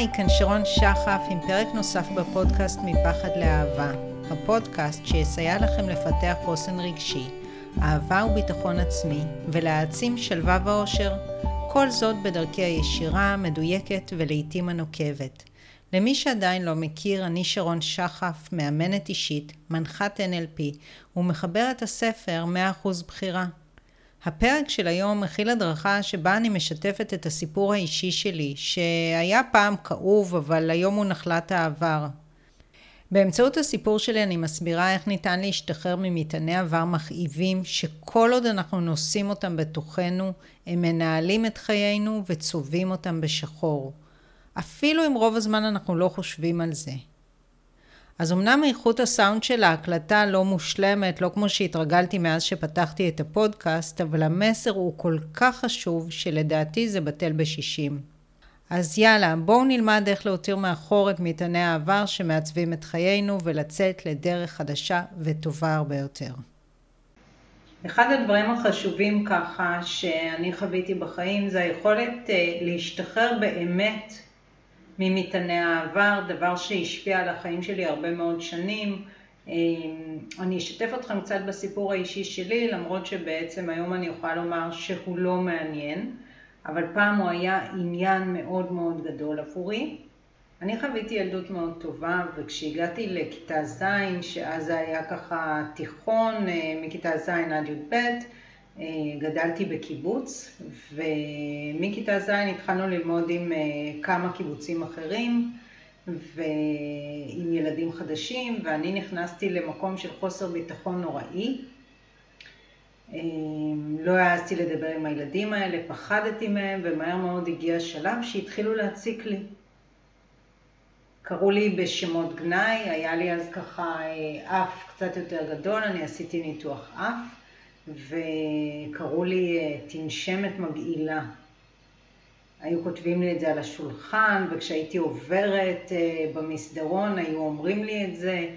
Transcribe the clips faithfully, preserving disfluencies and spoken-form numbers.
היי, כאן שרון שחף עם פרק נוסף בפודקאסט מפחד לאהבה. הפודקאסט שיסייע לכם לפתח חוסן רגשי, אהבה וביטחון עצמי, ולהעצים שלווה ואושר. כל זאת בדרכי הישירה, מדויקת ולעיתים הנוקבת. למי שעדיין לא מכיר, אני שרון שחף, מאמנת אישית, מנחת אן אל פי, ומחברת הספר מאה אחוז בחירה. הפרק של היום מכיל הדרכה שבה אני משתפת את הסיפור האישי שלי, שהיה פעם כאוב, אבל היום הוא נחלת העבר. באמצעות הסיפור שלי אני מסבירה איך ניתן להשתחרר ממטעני עבר מכאיבים, שכל עוד אנחנו נושאים אותם בתוכנו, הם מנהלים את חיינו וצובעים אותם בשחור. אפילו אם רוב הזמן אנחנו לא חושבים על זה. אז אמנם איכות הסאונד של ההקלטה לא מושלמת, לא כמו שהתרגלתי מאז שפתחתי את הפודקאסט, אבל המסר הוא כל כך חשוב שלדעתי זה בטל בשישים. אז יאללה, בואו נלמד איך להותיר מאחור את מטעני העבר שמעצבים את חיינו ולצאת לדרך חדשה וטובה הרבה יותר. אחד הדברים החשובים ככה שאני חוויתי בחיים זה היכולת להשתחרר באמת ממטעני העבר, דבר שהשפיע על החיים שלי הרבה מאוד שנים. אני אשתף אתכם קצת בסיפור האישי שלי, למרות שבעצם היום אני יכולה לומר שהוא לא מעניין, אבל פעם הוא היה עניין מאוד מאוד גדול עבורי. אני חוויתי ילדות מאוד טובה, וכשהגעתי לכיתה ז', שאז היה ככה תיכון, מכיתה ז' עד י"ב, גדלתי בקיבוץ, ומכיתה ז' התחלנו ללמוד עם כמה קיבוצים אחרים, ועם ילדים חדשים, ואני נכנסתי למקום של חוסר ביטחון נוראי. לא העזתי לדבר עם הילדים האלה, פחדתי מהם, ומהר מאוד הגיע שלב שהתחילו להציק לי. קראו לי בשמות גנאי, היה לי אז ככה אף קצת יותר גדול, אני עשיתי ניתוח אף, וקראו לי תנשמת מגעילה. היו כותבים לי את זה על השולחן, וכשהייתי עוברת במסדרון היו אומרים לי את זה,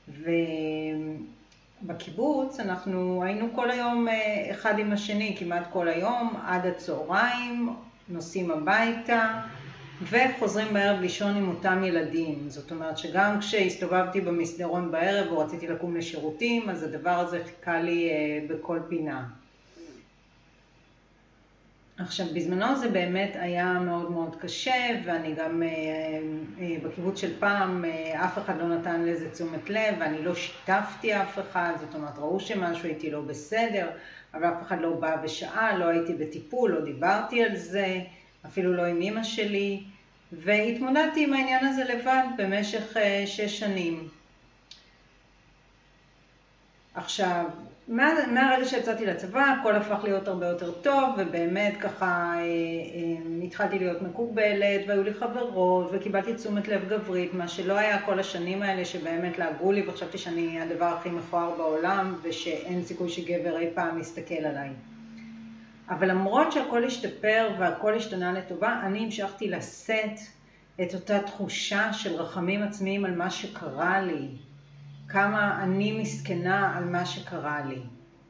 ובקיבוץ אנחנו היינו כל היום אחד עם השני, כמעט כל היום, עד הצהריים, נוסעים הביתה, וחוזרים בערב לישון עם אותם ילדים. זאת אומרת שגם כשהסתובבתי במסדרון בערב ורציתי לקום לשירותים, אז הדבר הזה חיכה לי בכל פינה. עכשיו, בזמנו זה באמת היה מאוד מאוד קשה, ואני גם בקיבוץ של פעם, אף אחד לא נתן לזה תשומת לב, ואני לא שיתפתי אף אחד, זאת אומרת, ראו שמשהו הייתי לא בסדר, אבל אף אחד לא בא בשעה, לא הייתי בטיפול, לא דיברתי על זה, אפילו לא עם אמא שלי, והתמודדתי עם העניין הזה לבד במשך שש שנים. עכשיו, מה, מהרגע שיצאתי לצבא, הכל הפך להיות הרבה יותר טוב, ובאמת ככה אה, אה, התחלתי להיות מקובלת, והיו לי חברות, וקיבלתי תשומת לב גברית, מה שלא היה כל השנים האלה שבאמת לעגו לי, וחשבתי שאני הדבר הכי מכוער בעולם, ושאין סיכוי שגבר אי פעם יסתכל עליי. אבל למרות שהכל השתפר והכל השתנה לטובה, אני המשכתי לשאת את אותה תחושה של רחמים עצמיים על מה שקרה לי. כמה אני מסכנה על מה שקרה לי.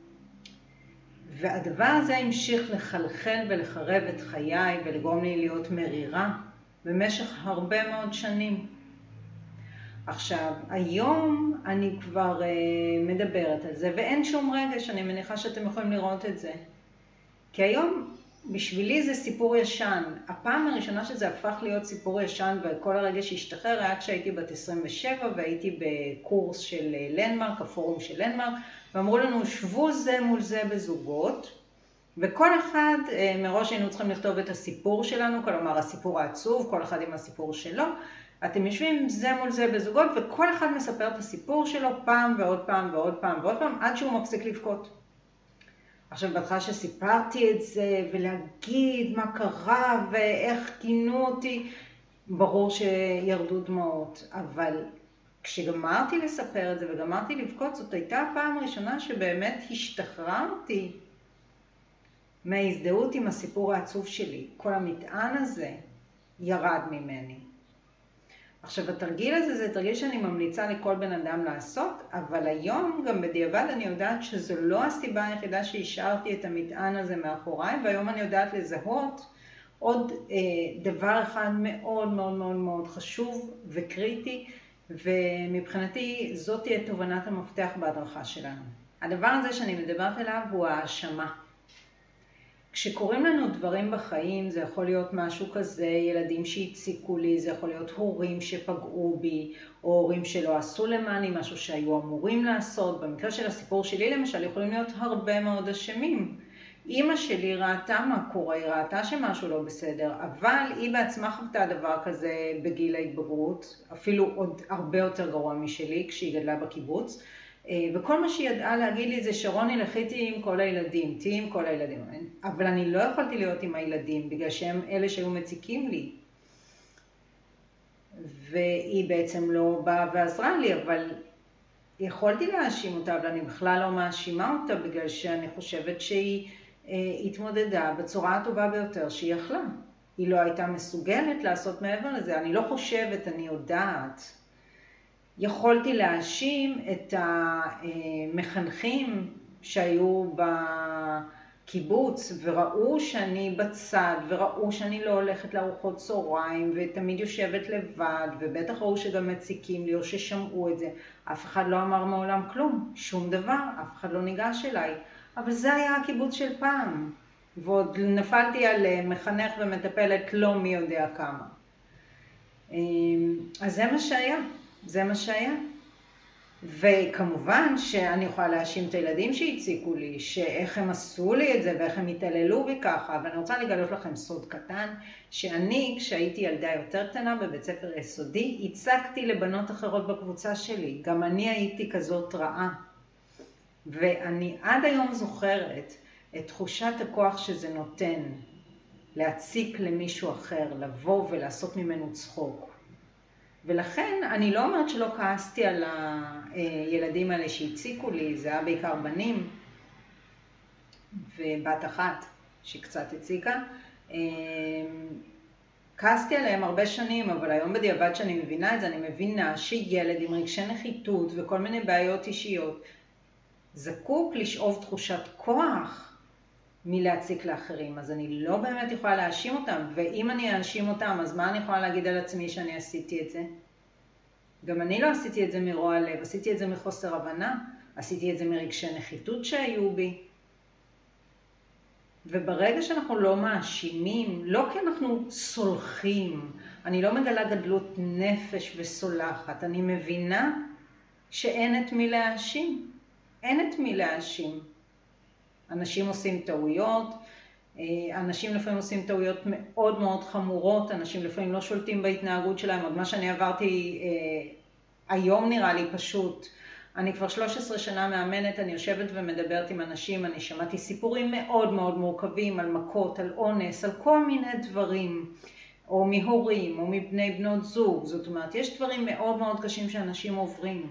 והדבר הזה המשיך לחלחל ולחרב את חיי ולגרום לי להיות מרירה במשך הרבה מאוד שנים. עכשיו, היום אני כבר uh, מדברת על זה, ואין שום רגש, אני מניחה שאתם יכולים לראות את זה. כי היום בשבילי זה סיפור ישן. הפעם הראשונה שזה הפך להיות סיפור ישן וכל הרגע שהשתחרר היה כשהייתי בת עשרים ושבע והייתי בקורס של לנדמרק, הפורום של לנדמרק, ואמרו לנו שבו זה מול זה בזוגות, וכל אחד מראש היינו צריכים לכתוב את הסיפור שלנו, כלומר הסיפור העצוב, כל אחד עם הסיפור שלו. אתם יושבים זה מול זה בזוגות וכל אחד מספר את הסיפור שלו פעם ועוד פעם ועוד פעם ועוד פעם עד שהוא מפסיק לבכות. עכשיו, בהתחלה שסיפרתי את זה, ולהגיד מה קרה, ואיך כינו אותי, ברור שירדו דמעות. אבל כשגמרתי לספר את זה, וגמרתי לבכות, זאת הייתה הפעם הראשונה שבאמת השתחררתי מההזדהות עם הסיפור העצוב שלי. כל המטען הזה ירד ממני. עכשיו, התרגיל הזה זה תרגיל שאני ממליצה לכל בן אדם לעשות, אבל היום גם בדיעבד אני יודעת שזו לא הסיבה היחידה שהשארתי את המטען הזה מאחוריי, והיום אני יודעת לזהות עוד אה, דבר אחד מאוד מאוד מאוד מאוד חשוב וקריטי, ומבחינתי זאת תהיה תובנת המפתח בהדרכה שלנו. הדבר הזה שאני מדברת עליו הוא האשמה. כשקוראים לנו דברים בחיים, זה יכול להיות משהו כזה, ילדים שהציקו לי, זה יכול להיות הורים שפגעו בי, או הורים שלא עשו למעני, משהו שהיו אמורים לעשות. במקרה של הסיפור שלי למשל, יכולים להיות הרבה מאוד אשמים. אמא שלי ראתה מה קורה, היא ראתה שמשהו לא בסדר, אבל היא בעצמה חוותה דבר כזה בגיל ההתבגרות, אפילו עוד הרבה יותר גרוע משלי כשהיא גדלה בקיבוץ. וכל מה שהיא ידעה להגיד לי זה שרוני לכיתי עם כל הילדים, תהי עם כל הילדים. אבל אני לא יכולתי להיות עם הילדים בגלל שהם אלה שהיו מציקים לי. והיא בעצם לא באה ועזרה לי, אבל יכולתי להאשים אותה, אבל אני בכלל לא מאשימה אותה בגלל שאני חושבת שהיא התמודדה בצורה הטובה ביותר שהיא יכלה. היא לא הייתה מסוגלת לעשות מעבר לזה, אני לא חושבת, אני יודעת. יכולתי להאשים את המחנכים שהיו בקיבוץ וראו שאני בצד וראו שאני לא הולכת לארוחות צהריים ותמיד יושבת לבד, ובטח ראו שגם מציקים לי או ששמעו את זה. אף אחד לא אמר מעולם כלום, שום דבר, אף אחד לא ניגש אליי. אבל זה היה הקיבוץ של פעם, ועוד נפלתי על מחנך ומטפלת לא מי יודע כמה. אז זה מה שהיה. זה מה שהיה. וכמובן שאני יכולה להאשים את הילדים שהציקו לי, שאיך הם עשו לי את זה ואיך הם התעללו בי ככה, אבל אני רוצה לגלות לכם סוד קטן, שאני כשהייתי ילדה יותר קטנה בבית ספר יסודי, הצקתי לבנות אחרות בקבוצה שלי, גם אני הייתי כזאת רעה. ואני עד היום זוכרת את תחושת הכוח שזה נותן, להציק למישהו אחר, לבוא ולעשות ממנו צחוק. ולכן אני לא אומרת שלא כעסתי על הילדים האלה שהציקו לי, זה היה בעיקר בנים ובת אחת שקצת הציקה. כעסתי עליהם הרבה שנים, אבל היום בדיעבד שאני מבינה את זה, אני מבינה שילד עם רגשי נחיתות וכל מיני בעיות אישיות זקוק לשאוב תחושת כוח מלהציק לאחרים, אז אני לא באמת יכולה להאשים אותם, ואם אני אאשים אותם, אז מה אני יכולה להגיד על עצמי שאני עשיתי את זה? גם אני לא עשיתי את זה מרוע לב, עשיתי את זה מחוסר הבנה, עשיתי את זה מרגשי נחיתות שהיו בי. וברגע שאנחנו לא מאשימים, לא כי אנחנו סולחים, אני לא מגלה גדלות נפש וסולחת, אני מבינה שאין את מי להאשים, אין את מי להאשים. אנשים עושים טעויות, אנשים לפעמים עושים טעויות מאוד מאוד חמורות, אנשים לפעמים לא שולטים בהתנהגות שלהם, עוד מה שאני עברתי היום נראה לי פשוט. אני כבר שלוש עשרה שנה מאמנת, אני יושבת ומדברת עם אנשים, אני שמעתי סיפורים מאוד מאוד מורכבים על מכות, על אונס, על כל מיני דברים, או מהורים, או מבני בנות זוג, זאת אומרת, יש דברים מאוד מאוד קשים שאנשים עוברים.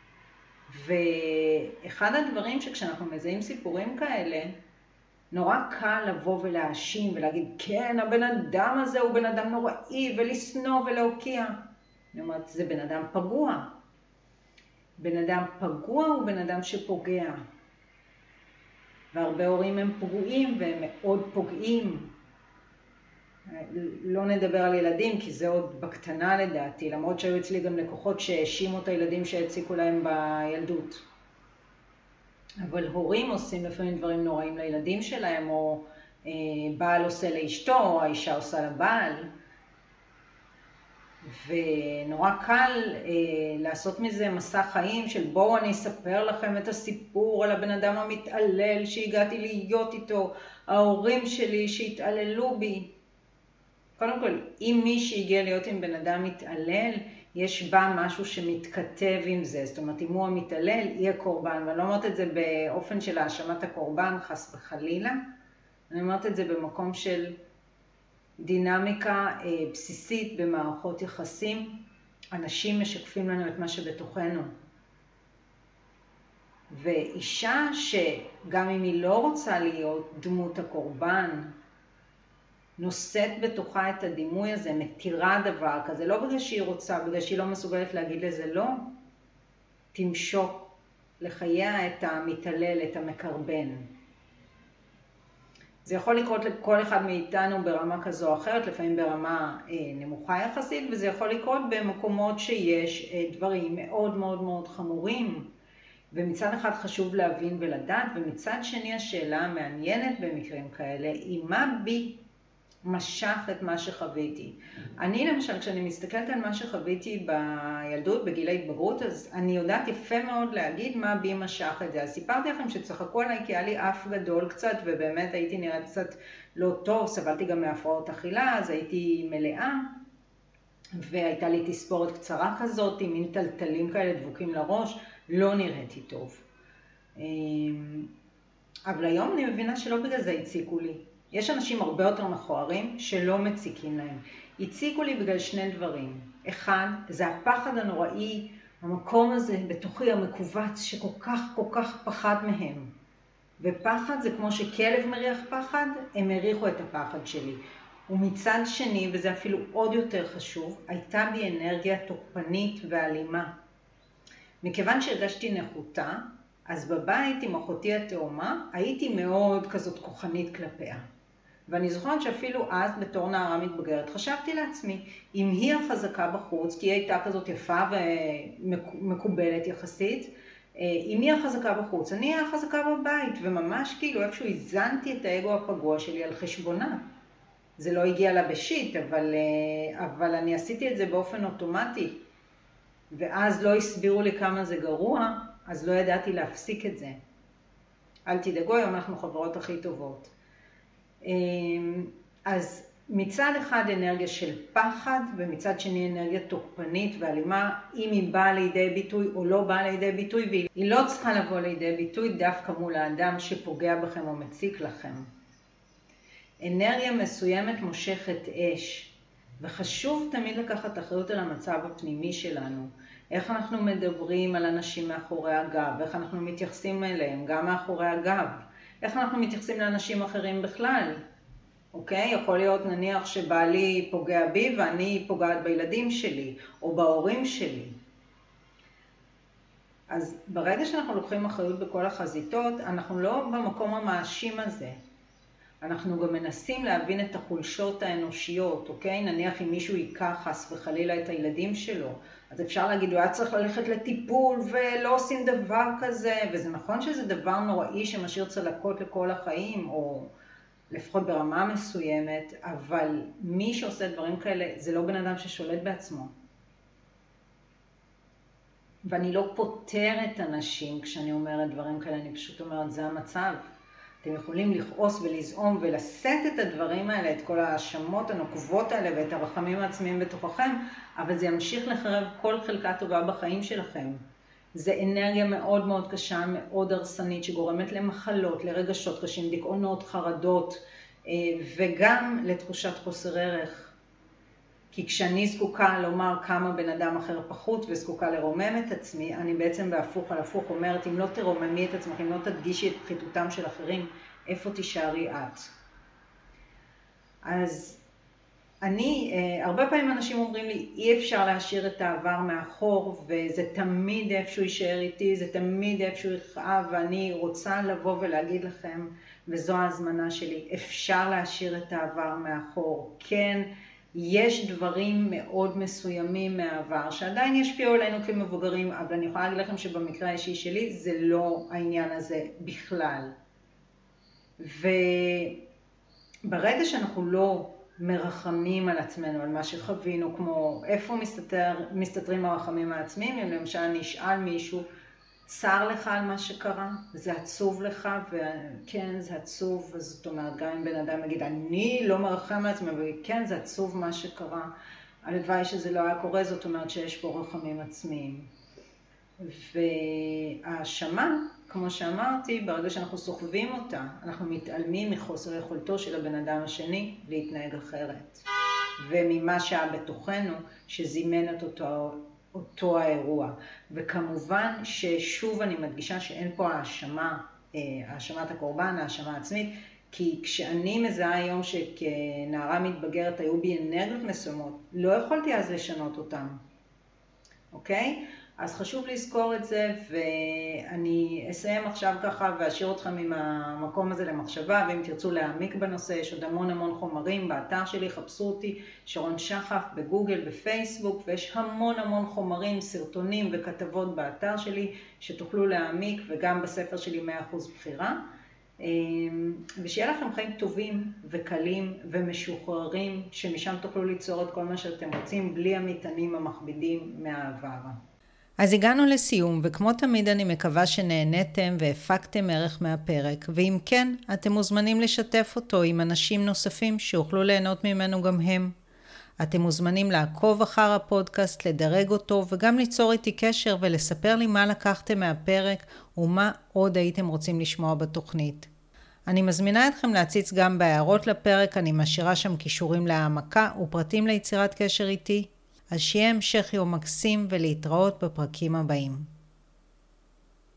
ואחד הדברים שכשאנחנו מזהים סיפורים כאלה, נורא קל לבוא ולהאשים ולהגיד, כן, הבן אדם הזה הוא בן אדם נוראי, ולסנוע ולהוקיע. אני אומרת, זה בן אדם פגוע. בן אדם פגוע הוא בן אדם שפוגע. והרבה הורים הם פגועים והם מאוד פוגעים. לא נדבר על ילדים, כי זה עוד בקטנה לדעתי, למרות שהיו אצלי גם לקוחות שהאשימו את הילדים שהציקו להם בילדות. אבל הורים עושים לפעמים דברים נוראים לילדים שלהם, או אה, בעל עושה לאשתו, או האישה עושה לבעל. ונורא קל אה, לעשות מזה מסע חיים של בואו אני אספר לכם את הסיפור על הבן אדם המתעלל שהגעתי להיות איתו, ההורים שלי שהתעללו בי. קודם כל, אם מי שהגיע להיות עם בן אדם מתעלל, יש בה משהו שמתכתב עם זה. זאת אומרת, אם הוא המתעלל, היא הקורבן. ואני לא אומרת את זה באופן של האשמת הקורבן, חס וחלילה. אני אומרת את זה במקום של דינמיקה אה, בסיסית במערכות יחסים. אנשים משקפים לנו את מה שבתוכנו. ואישה שגם אם היא לא רוצה להיות דמות הקורבן, נושאת בתוכה את הדימוי הזה, מתירה דבר כזה, לא בגלל שהיא רוצה, בגלל שהיא לא מסוגלת להגיד לזה לא, תמשוק לחייה את המתעלל, את המקרבן. זה יכול לקרות לכל אחד מאיתנו ברמה כזו או אחרת, לפעמים ברמה אה, נמוכה יחסית, וזה יכול לקרות במקומות שיש אה, דברים מאוד מאוד מאוד חמורים. ומצד אחד חשוב להבין ולדעת, ומצד שני השאלה המעניינת במקרים כאלה היא מה בי משך את מה שחוויתי. אני למשל, כשאני מסתכלת על מה שחוויתי בילדות, בגיל ההתבגרות, אז אני יודעת יפה מאוד להגיד מה בי משך את זה. אז סיפרתי לכם שצחקו עליי כי היה לי אף גדול קצת, ובאמת הייתי נראית קצת לא טוב, סבלתי גם מהפרעות אכילה, אז הייתי מלאה, והייתה לי תספורת קצרה כזאת, עם מין טלטלים כאלה דבוקים לראש, לא נראיתי טוב. אבל היום אני מבינה שלא בגלל זה הציקו לי. יש אנשים הרבה יותר מכוערים שלא מציקים להם. הציקו לי בגלל שני דברים. אחד, זה הפחד הנוראי, המקום הזה בתוכי המקובץ שכל כך כל כך פחד מהם. ופחד זה כמו שכלב מריח פחד, הם מריחו את הפחד שלי. ומצד שני, וזה אפילו עוד יותר חשוב, הייתה בי אנרגיה תוקפנית ואלימה. מכיוון שהרגשתי נחותה, אז בבית עם אחותי התאומה הייתי מאוד כזאת כוחנית כלפיה. ואני זוכרת שאפילו אז בתור נערה מתבגרת חשבתי לעצמי, אם היא החזקה בחוץ, כי היא הייתה כזאת יפה ומקובלת יחסית, אם היא החזקה בחוץ, אני אהיה החזקה בבית, וממש כאילו איפשהו הזנתי את האגו הפגוע שלי על חשבונה. זה לא הגיע לה בשיט, אבל, אבל אני עשיתי את זה באופן אוטומטי. ואז לא הסבירו לי כמה זה גרוע, אז לא ידעתי להפסיק את זה. אל תדאגו, היום אנחנו חברות הכי טובות. אז מצד אחד אנרגיה של פחד, ומצד שני אנרגיה תוקפנית ואלימה, אם היא באה לידי ביטוי או לא באה לידי ביטוי, והיא לא צריכה לבוא לידי ביטוי דווקא מול האדם שפוגע בכם או מציק לכם. אנרגיה מסוימת מושכת אש, וחשוב תמיד לקחת אחריות על המצב הפנימי שלנו. איך אנחנו מדברים על אנשים מאחורי הגב, איך אנחנו מתייחסים אליהם, גם מאחורי הגב. איך אנחנו מתייחסים לאנשים אחרים בכלל. אוקיי? יכול להיות נניח שבעלי פוגע בי ואני פוגעת בילדים שלי או בהורים שלי. אז ברגע שאנחנו לוקחים אחריות בכל החזיתות, אנחנו לא במקום המאשים הזה. אנחנו גם מנסים להבין את החולשות האנושיות, אוקיי? נניח אם מישהו ייקח חס וחלילה את הילדים שלו, אז אפשר להגיד, הוא היה צריך ללכת לטיפול ולא עושים דבר כזה, וזה נכון שזה דבר נוראי שמשאיר צלקות לכל החיים, או לפחות ברמה מסוימת, אבל מי שעושה דברים כאלה זה לא בן אדם ששולט בעצמו. ואני לא פותרת אנשים כשאני אומרת דברים כאלה, אני פשוט אומרת, זה המצב. אתם יכולים לכעוס ולזעום ולשאת את הדברים האלה, את כל האשמות הנוקבות האלה ואת הרחמים העצמיים בתוככם, אבל זה ימשיך לחרב כל חלקה טובה בחיים שלכם. זה אנרגיה מאוד מאוד קשה, מאוד הרסנית, שגורמת למחלות, לרגשות קשים, דיכאונות, חרדות, וגם לתחושת חוסר ערך. כי כשאני זקוקה לומר כמה בן אדם אחר פחות וזקוקה לרומם את עצמי, אני בעצם בהפוך על הפוך אומרת, אם לא תרוממי את עצמך, אם לא תדגישי את פחיתותם של אחרים, איפה תישארי את? אז אני, הרבה פעמים אנשים אומרים לי, אי אפשר להשאיר את העבר מאחור, וזה תמיד איפשהו יישאר איתי, זה תמיד איפשהו יכאב, ואני רוצה לבוא ולהגיד לכם, וזו ההזמנה שלי, אפשר להשאיר את העבר מאחור. כן, יש דברים מאוד מסוימים מהעבר, שעדיין ישפיעו עלינו כמבוגרים, אבל אני יכולה להגיד לכם שבמקרה האישי שלי, זה לא העניין הזה בכלל. וברגע שאנחנו לא מרחמים על עצמנו, על מה שחווינו, כמו איפה מסתתר, מסתתרים הרחמים העצמיים, אם למשל נשאל מישהו, צר לך על מה שקרה, זה עצוב לך, וכן זה עצוב, אז זאת אומרת, גם אם בן אדם יגיד, אני לא מרחם על עצמי, וכן זה עצוב מה שקרה, הלוואי שזה לא היה קורה, זאת אומרת שיש פה רחמים עצמיים. וההאשמה, כמו שאמרתי, ברגע שאנחנו סוחבים אותה, אנחנו מתעלמים מחוסר יכולתו של הבן אדם השני להתנהג אחרת. וממה שהיה בתוכנו שזימן את אותו, אותו האירוע. וכמובן ששוב אני מדגישה שאין פה האשמה, האשמת הקורבן, האשמה עצמית, כי כשאני מזהה היום שכנערה מתבגרת היו בי אנרגיות מסוימות, לא יכולתי אז לשנות אותם. אוקיי? אז חשוב לזכור את זה, ואני אסיים עכשיו ככה ואשאיר אתכם עם המקום הזה למחשבה, ואם תרצו להעמיק בנושא, יש עוד המון המון חומרים באתר שלי, חפשו אותי, שרון שחף, בגוגל, בפייסבוק, ויש המון המון חומרים, סרטונים וכתבות באתר שלי, שתוכלו להעמיק, וגם בספר שלי מאה אחוז בחירה. ושיהיה לכם חיים טובים וקלים ומשוחררים, שמשם תוכלו ליצור את כל מה שאתם רוצים, בלי המטענים המכבידים מהעבר. אז הגענו לסיום, וכמו תמיד אני מקווה שנהניתם והפקתם ערך מהפרק, ואם כן, אתם מוזמנים לשתף אותו עם אנשים נוספים שיוכלו ליהנות ממנו גם הם. אתם מוזמנים לעקוב אחר הפודקאסט, לדרג אותו, וגם ליצור איתי קשר ולספר לי מה לקחתם מהפרק ומה עוד הייתם רוצים לשמוע בתוכנית. אני מזמינה אתכם להציץ גם בהערות לפרק, אני משאירה שם קישורים להעמקה ופרטים ליצירת קשר איתי. אז שיהיה המשך יום מקסים ולהתראות בפרקים הבאים.